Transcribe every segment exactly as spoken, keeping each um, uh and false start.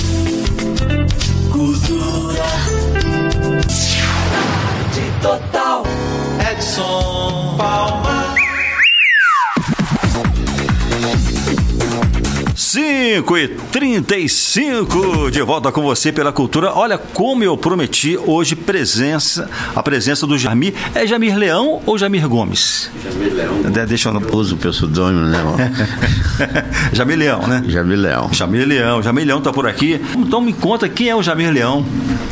Cultura de total. Edson Palma. cinco e trinta e cinco, de volta com você pela Cultura. Olha, como eu prometi hoje presença, a presença do Jamir. É Jamir Leão ou Jamir Gomes? Jamir Leão. De, deixa eu... Uso o pseudônimo, né, irmão? Jamir Leão, né? Jamir Leão. Jamir Leão. Jamir Leão tá por aqui. Então me conta quem é o Jamir Leão.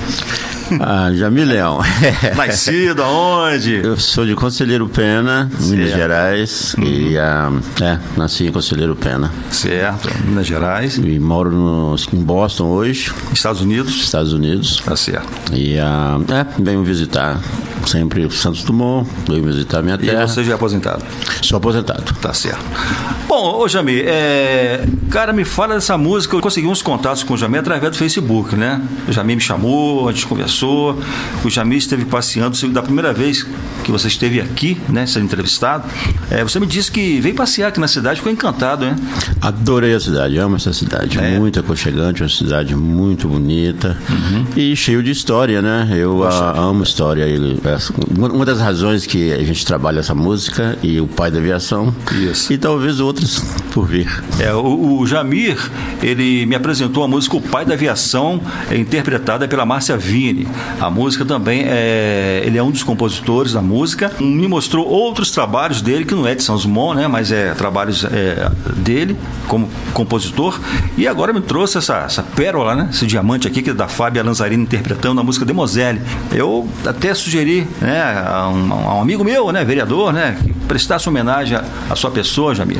Ah, Jamir Leão. Nascido aonde? Eu sou de Conselheiro Pena, certo. Minas Gerais. Uhum. E ah, é, nasci em Conselheiro Pena. Certo, Minas Gerais. E moro no, em Boston hoje. Estados Unidos? Estados Unidos. Tá certo. E ah, é, venho visitar sempre o Santos Dumont, venho visitar minha terra. E você já é aposentado? Sou aposentado. Tá certo. Bom, ô Jamir, é... cara, me fala dessa música. Eu consegui uns contatos com o Jamir através do Facebook, né? O Jamir me chamou, a gente conversou. O Jamir esteve passeando da primeira vez que você esteve aqui, né, sendo entrevistado. É, você me disse que veio passear aqui na cidade, ficou encantado, né? Adorei a cidade, amo essa cidade. É. Muito aconchegante, uma cidade muito bonita. Uhum. E cheio de história, né? Eu a, amo história. Uma das razões que a gente trabalha essa música e o Pai da Aviação. Isso. E talvez outras por vir. É, o, o Jamir, ele me apresentou a música O Pai da Aviação, é interpretada pela Márcia Vini. A música também é... ele é um dos compositores da música. Me mostrou outros trabalhos dele, que não é de Santos Dumont, né? Mas é trabalhos é, dele como compositor. E agora me trouxe essa, essa pérola, né? Esse diamante aqui, que é da Fábia Lanzarini, interpretando a música Demoiselle. Eu até sugeri, né, a um, a um amigo meu, né, vereador, né, que prestasse homenagem à sua pessoa, Jamir.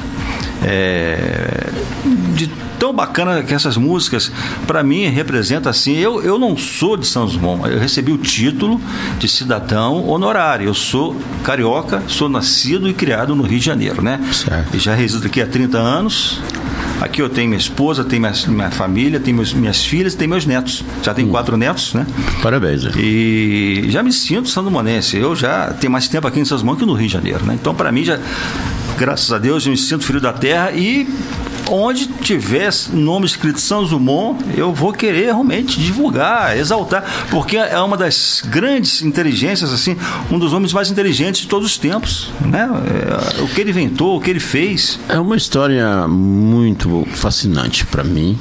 É... de tão bacana que essas músicas, para mim, representam assim. Eu, eu não sou de Santos Dumont, eu recebi o título de cidadão honorário. Eu sou carioca, sou nascido e criado no Rio de Janeiro, né? Certo. E já resido aqui há trinta anos. Aqui eu tenho minha esposa, tenho minha, minha família, tenho meus, minhas filhas e tenho meus netos. Já tenho hum. quatro netos, né? Parabéns. E já me sinto sandumonense. Eu já tenho mais tempo aqui em Santos Dumont que no Rio de Janeiro, né? Então, para mim, já, graças a Deus, eu me sinto filho da terra. E onde tiver nome escrito Santos Dumont, eu vou querer realmente divulgar, exaltar, porque é uma das grandes inteligências, assim, um dos homens mais inteligentes de todos os tempos, né? É, o que ele inventou, o que ele fez. É uma história muito fascinante para mim.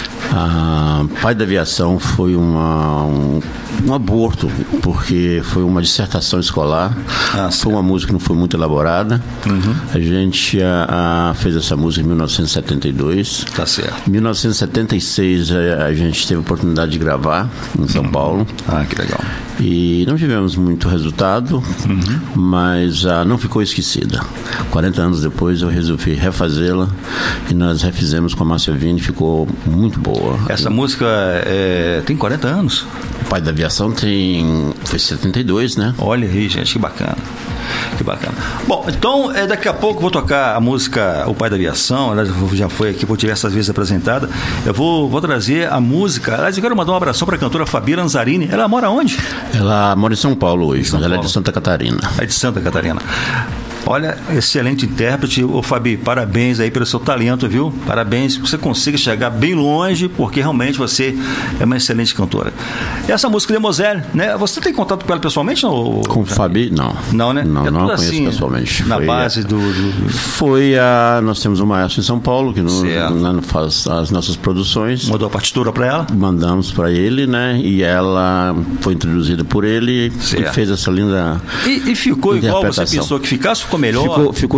Ah, Pai da Aviação foi uma, um, um aborto, porque foi uma dissertação escolar. Ah, foi uma música que não foi muito elaborada. Uhum. A gente a, a fez essa música em mil novecentos e setenta e dois. Tá certo. Em mil novecentos e setenta e seis a, a gente teve a oportunidade de gravar em São uhum. Paulo. Ah, que legal. E não tivemos muito resultado, uhum. mas ah, não ficou esquecida. quarenta anos depois eu resolvi refazê-la e nós refizemos com a Márcia Vini, ficou muito boa. Essa música é, tem quarenta anos? O Pai da Aviação tem... foi setenta e dois, né? Olha aí, gente, que bacana. Que bacana. Bom, então é, daqui a pouco eu vou tocar a música O Pai da Aviação. Aliás, já foi aqui por diversas vezes apresentada. Eu vou, vou trazer a música. Aliás, eu quero mandar um abração para a cantora Fábia Lanzarini. Ela mora onde? Ela mora em São Paulo hoje, São mas ela Paulo. é de Santa Catarina. É de Santa Catarina. Olha, excelente intérprete. Ô Fabi, parabéns aí pelo seu talento, viu? Parabéns, que você consiga chegar bem longe, porque realmente você é uma excelente cantora. E essa música Demoiselle, né? Você tem contato com ela pessoalmente? Não, com o Fabi, não. Não, né? Não, é não tudo conheço assim, pessoalmente. Na foi base a, do, do... Foi a... Nós temos um maestro em São Paulo, que nos, né, faz as nossas produções. Mandou a partitura para ela? Mandamos para ele, né? E ela foi introduzida por ele certo. E fez essa linda E, e ficou igual você pensou que ficasse? Ficou melhor? Ficou... ficou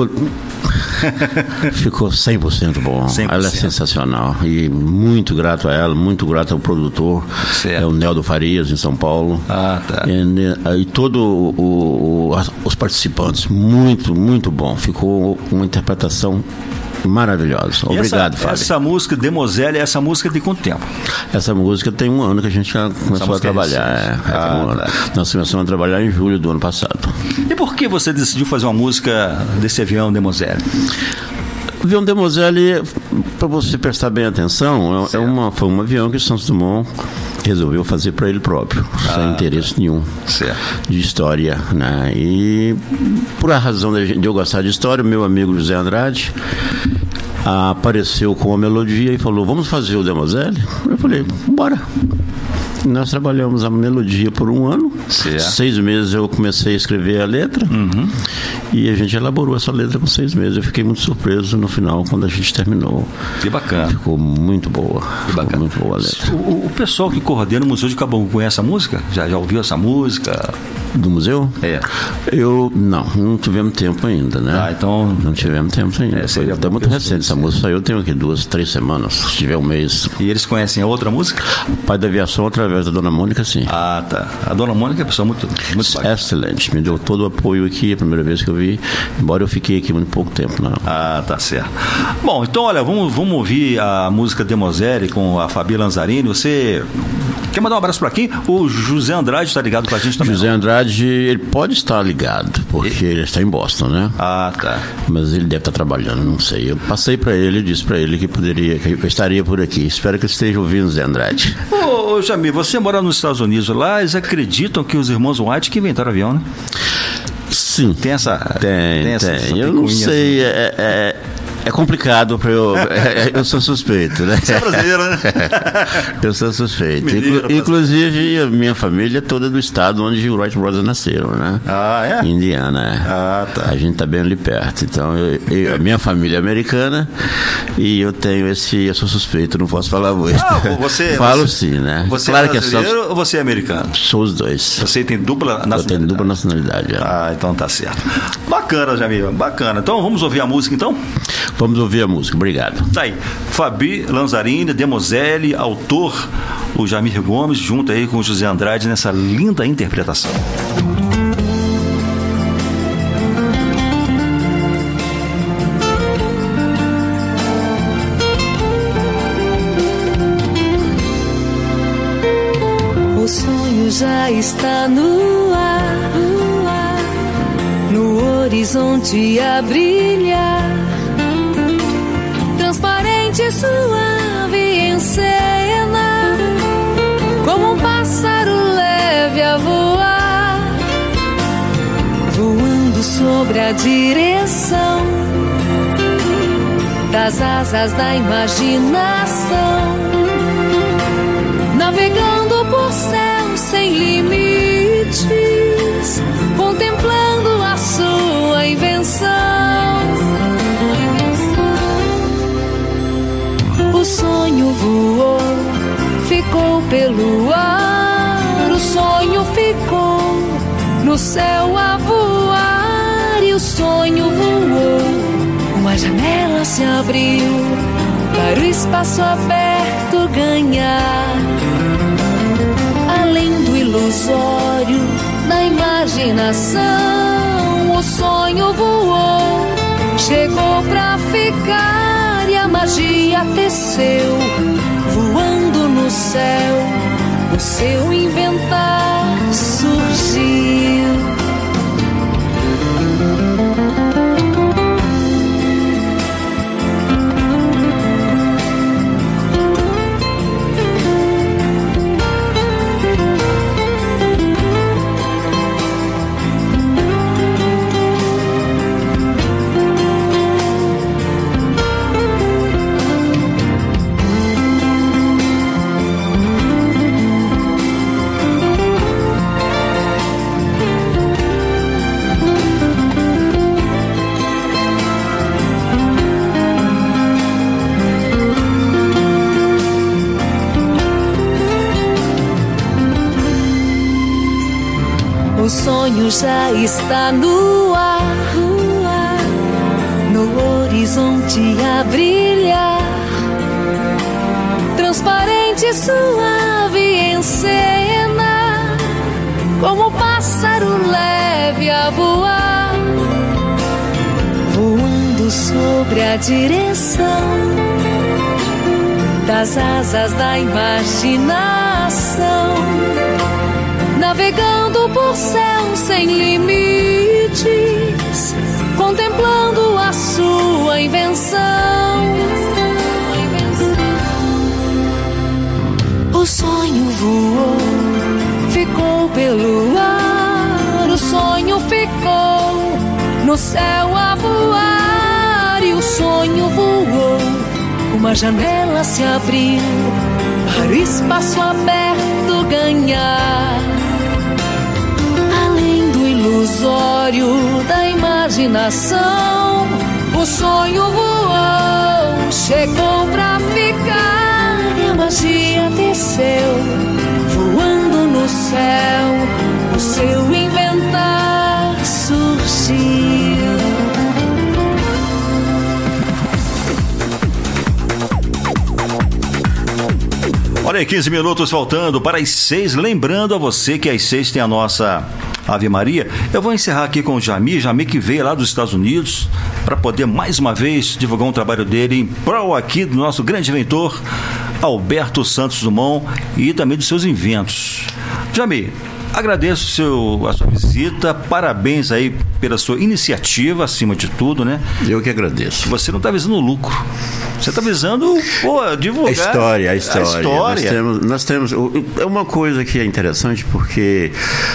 Ficou cem por cento bom. cem por cento. Ela é sensacional. E muito grato a ela, muito grato ao produtor. Certo. É o Neldo Farias, em São Paulo. Ah, tá. E, e todos os participantes. Muito, muito bom. Ficou uma interpretação maravilhosa. Obrigado, essa, Fábio. Essa música, Demoiselle, essa música tem quanto tempo? Essa música tem um ano que a gente já começou a trabalhar. É, ah, um tá. Nós começamos a trabalhar em julho do ano passado. E por que você decidiu fazer uma música desse avião Demoiselle? O avião Demoiselle, para você prestar bem atenção, é uma, foi um avião que o Santos Dumont resolveu fazer para ele próprio, ah, sem interesse tá. nenhum certo. De história, né? E por a razão de eu gostar de história, o meu amigo José Andrade apareceu com a melodia e falou, vamos fazer o Demoselle? Eu falei, bora. Nós trabalhamos a melodia por um ano. Certo. Seis meses eu comecei a escrever a letra. Uhum. E a gente elaborou essa letra por seis meses. Eu fiquei muito surpreso no final, quando a gente terminou. Que bacana. Ficou muito boa. Que bacana. Ficou muito boa a letra. O, o pessoal que coordena o Museu de Caboclo conhece a música? Já, já ouviu essa música? Do museu? É. Eu, não, não tivemos tempo ainda, né? Ah, então... Não tivemos tempo ainda. É, seria Foi muito recente essa música. Saiu, eu tenho aqui duas, três semanas, se tiver um mês. E eles conhecem a outra música? Pai da Aviação, através da Dona Mônica, sim. Ah, tá. A Dona Mônica é uma pessoa muito, muito bacana. Excelente. Me deu todo o apoio aqui, a primeira vez que eu vi, embora eu fiquei aqui muito pouco tempo, não. Ah, tá certo. Bom, então, olha, vamos, vamos ouvir a música Demoselle com a Fabi Lanzarini. Você quer mandar um abraço para quem? O José Andrade está ligado com a gente também. José Andrade, ele pode estar ligado, porque ele, ele está em Boston, né? Ah, tá. Mas ele deve estar trabalhando, não sei. Eu passei para ele e disse para ele que poderia, que eu estaria por aqui. Espero que ele esteja ouvindo, José Andrade. Ô, ô Jamir, você mora nos Estados Unidos lá, eles acreditam que os irmãos White que inventaram o avião, né? Sim. Tem essa... Tem, tem. Essa, tem. essa eu não sei, assim. é... é... É complicado para eu. Eu sou suspeito, né? Você é brasileiro, né? Eu sou suspeito. Mineiro, Inclu- inclusive, a minha família é toda do estado onde os Wright Brothers nasceram, né? Ah, é? Indiana, é. Ah, tá. A gente tá bem ali perto. Então, eu, eu, a minha família é americana e eu tenho esse. Eu sou suspeito, não posso falar muito. Ah, você. Falo você, sim, né? Você claro é brasileiro que é só, ou você é americano? sou os dois. Você tem dupla nacionalidade? Eu tenho dupla nacionalidade, é. Ah, então tá certo. Bacana, Jamir, bacana. Então vamos ouvir a música, então? Vamos ouvir a música. Obrigado. Tá aí. Fabi Lanzarini, Demoselle, autor, o Jamir Gomes, junto aí com o José Andrade nessa linda interpretação. O sonho já está no ar, no ar, no horizonte a brilhar. Transparente, suave em cena, como um pássaro leve a voar, voando sobre a direção das asas da imaginação, navegando por céu sem limites, contemplando a sua invenção. O sonho voou, ficou pelo ar, o sonho ficou no céu a voar, e o sonho voou, uma janela se abriu para o espaço aberto ganhar. Além do ilusório da imaginação, o sonho voou, chegou pra ficar, e a magia teceu, voando no céu, o seu inventar surgiu. O sonho já está no ar, no ar, no horizonte a brilhar, transparente, suave em cena, como um pássaro leve a voar, voando sobre a direção das asas da imaginação, navegando por céu sem limites, contemplando a sua invenção. O sonho voou, ficou pelo ar, o sonho ficou no céu a voar, e o sonho voou, uma janela se abriu para o espaço aberto ganhar. Além do ilusório da imaginação, o sonho voou, chegou pra ficar. E a magia desceu, voando no céu, o seu inventar surgiu. Olha aí, quinze minutos faltando para as seis. Lembrando a você que às seis tem a nossa Ave Maria. Eu vou encerrar aqui com o Jamir, Jamir que veio lá dos Estados Unidos para poder mais uma vez divulgar um trabalho dele em prol aqui do nosso grande inventor Alberto Santos Dumont e também dos seus inventos. Jamir, agradeço seu, a sua visita, parabéns aí pela sua iniciativa, acima de tudo, né? Eu que agradeço. Você não está visando lucro, você está visando, pô, divulgar a história, a história. A história. Nós temos, nós temos, é uma coisa que é interessante porque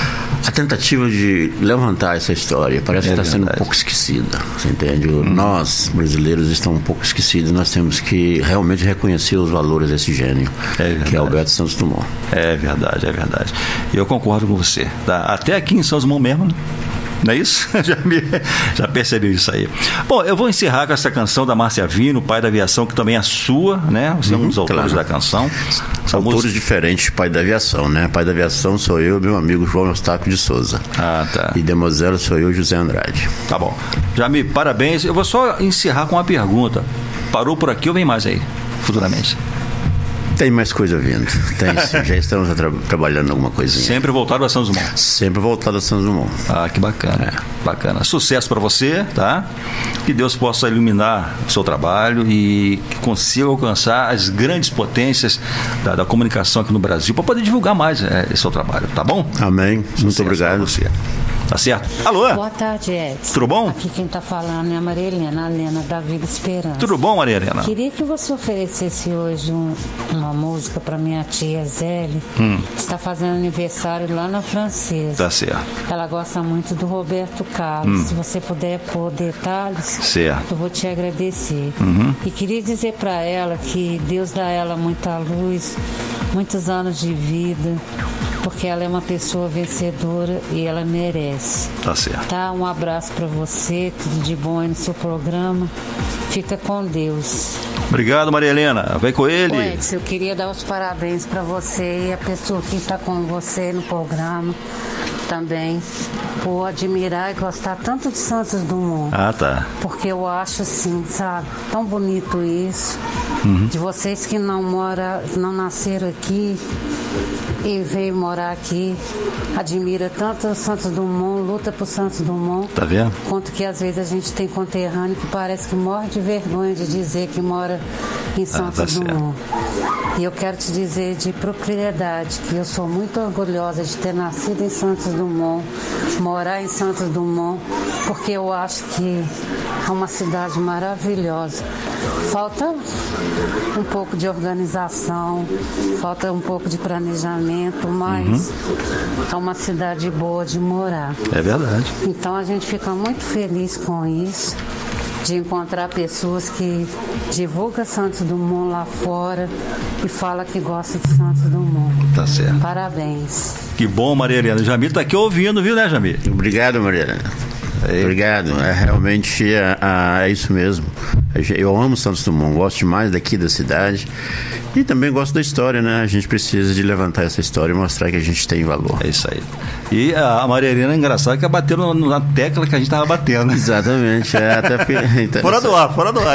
a tentativa de levantar essa história parece é que está sendo um pouco esquecida, você entende? Hum. Nós, brasileiros, estamos um pouco esquecidos. Nós temos que realmente reconhecer os valores desse gênio, é que é Alberto Santos Dumont. É verdade, é verdade. E eu concordo com você. Tá? Até aqui em Santos Dumont mesmo, né? Não é isso? Já, me, já percebeu isso aí. Bom, eu vou encerrar com essa canção da Márcia Vino, Pai da Aviação, que também é sua, né? Você é um dos uhum, autores claro. da canção. São autores música... diferentes, Pai da Aviação, né? Pai da Aviação sou eu e meu amigo João Eustáquio de Souza. Ah, tá. E Demosela sou eu, José Andrade. Tá bom. Jamir, parabéns. Eu vou só encerrar com uma pergunta. Parou por aqui ou vem mais aí, futuramente? Tem mais coisa vindo. Tem sim. Já estamos tra- trabalhando alguma coisinha. Sempre voltado a Santos Dumont. Sempre voltado a Santos Dumont. Ah, que bacana. É. Bacana. Sucesso para você, tá? Que Deus possa iluminar o seu trabalho e que consiga alcançar as grandes potências da, da comunicação aqui no Brasil para poder divulgar mais é, esse seu trabalho, tá bom? Amém. Sucesso. Muito obrigado. Você. Tá certo? Alô? Boa tarde, Edson. Tudo bom? Aqui quem tá falando é a Maria Helena, a Lena da Vila Esperança. Tudo bom, Maria Helena? Queria que você oferecesse hoje um, uma música para minha tia Zélia, hum. que está fazendo aniversário lá na Francesa. Tá certo. Ela gosta muito do Roberto Carlos. Hum. Se você puder pôr detalhes, certo. eu vou te agradecer. Uhum. E queria dizer para ela que Deus dá a ela muita luz, muitos anos de vida, porque ela é uma pessoa vencedora e ela merece. Tá certo. Tá, um abraço para você, tudo de bom aí no seu programa. Fica com Deus. Obrigado, Maria Helena. Vai com ele. Ô, Edson, eu queria dar os parabéns para você e a pessoa que está com você no programa também, por admirar e gostar tanto de Santos Dumont. Ah, tá. Porque eu acho assim, sabe, tão bonito isso, uhum. de vocês que não moram, não nasceram aqui e veio morar aqui, admira tanto o Santos Dumont, luta por Santos Dumont. Tá vendo? Quanto que às vezes a gente tem conterrâneo que parece que morre de vergonha de dizer que mora em Santos ah, tá Dumont. Certo. E eu quero te dizer de propriedade que eu sou muito orgulhosa de ter nascido em Santos Dumont, morar em Santos Dumont, porque eu acho que é uma cidade maravilhosa. Falta um pouco de organização, falta um pouco de planejamento, mas uhum. é uma cidade boa de morar. É verdade. Então a gente fica muito feliz com isso, de encontrar pessoas que divulgam Santos Dumont lá fora e fala que gosta de Santos Dumont. Tá certo. Parabéns. Que bom, Maria Helena. Jamir tá aqui ouvindo, viu, né, Jamir? Obrigado, Maria Helena. É. Obrigado. É realmente é, é isso mesmo. Eu amo Santos Dumont, gosto demais daqui da cidade e também gosto da história, né? A gente precisa de levantar essa história e mostrar que a gente tem valor. É isso aí. E a Maria Helena é engraçada que ela bateu na tecla que a gente estava batendo. Exatamente. É, até fiquei... Fora do ar, fora do ar.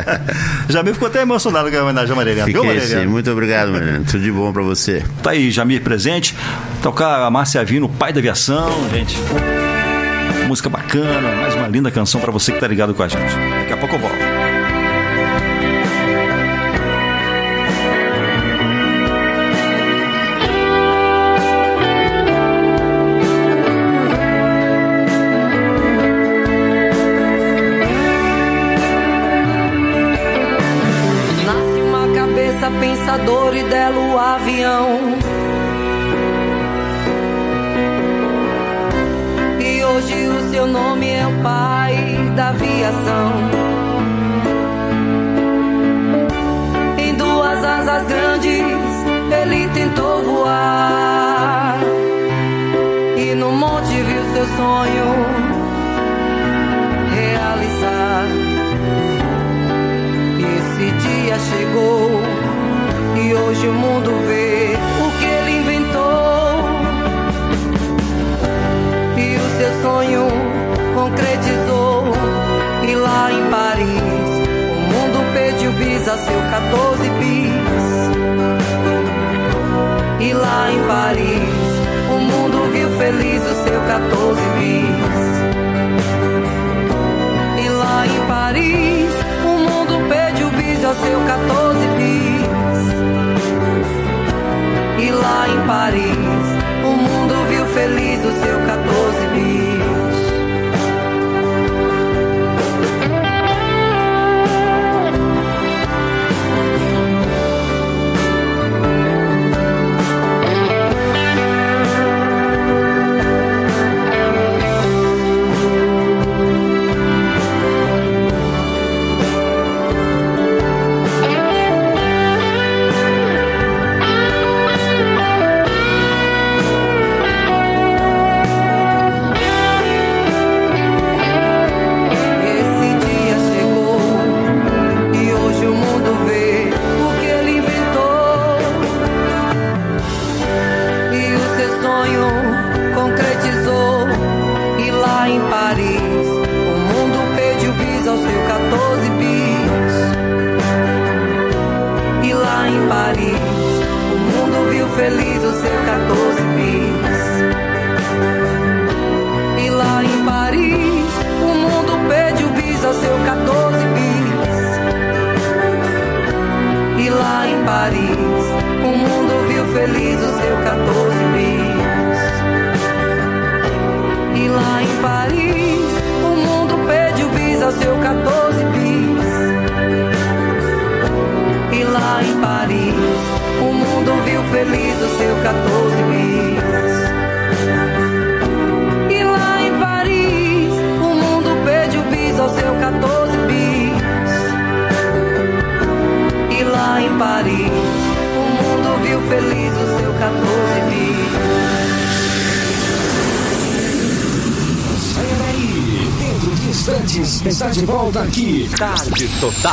Jamir ficou até emocionado com a homenagem à Maria Helena. Fiquei, viu, Maria Helena? Sim. Muito obrigado, Maria Helena. Tudo de bom pra você. Tá aí, Jamir presente. Tocar a Márcia Vino, Pai da Aviação, gente. Música bacana, mais uma linda canção pra você que tá ligado com a gente. Daqui a pouco eu volto. Nasce uma cabeça pensadora e dela o avião. Hoje o seu nome é o pai da aviação. chegou e hoje o mundo vê o que ele inventou. E o seu sonho concretizou. E lá em Paris o mundo pediu bis a seu quatorze bis. E lá em Paris o mundo viu feliz o seu quatorze bis. E lá em Paris o mundo pediu bis ao seu quatorze bis. E lá em Paris o mundo viu feliz o seu quatorze bis. Feliz o seu quatorze bis. E lá em Paris o mundo pediu bis ao seu quatorze bis. E lá em Paris o mundo viu feliz o seu quatorze bis. E lá em Paris o mundo pediu bis ao seu quatorze bis. E lá em Paris o mundo viu feliz o seu quatorze bis. E lá em Paris o mundo pediu bis ao seu quatorze bis. E lá em Paris o mundo viu feliz o seu quatorze bis. Saia daí, dentro de instantes está de volta aqui. Tarde Total.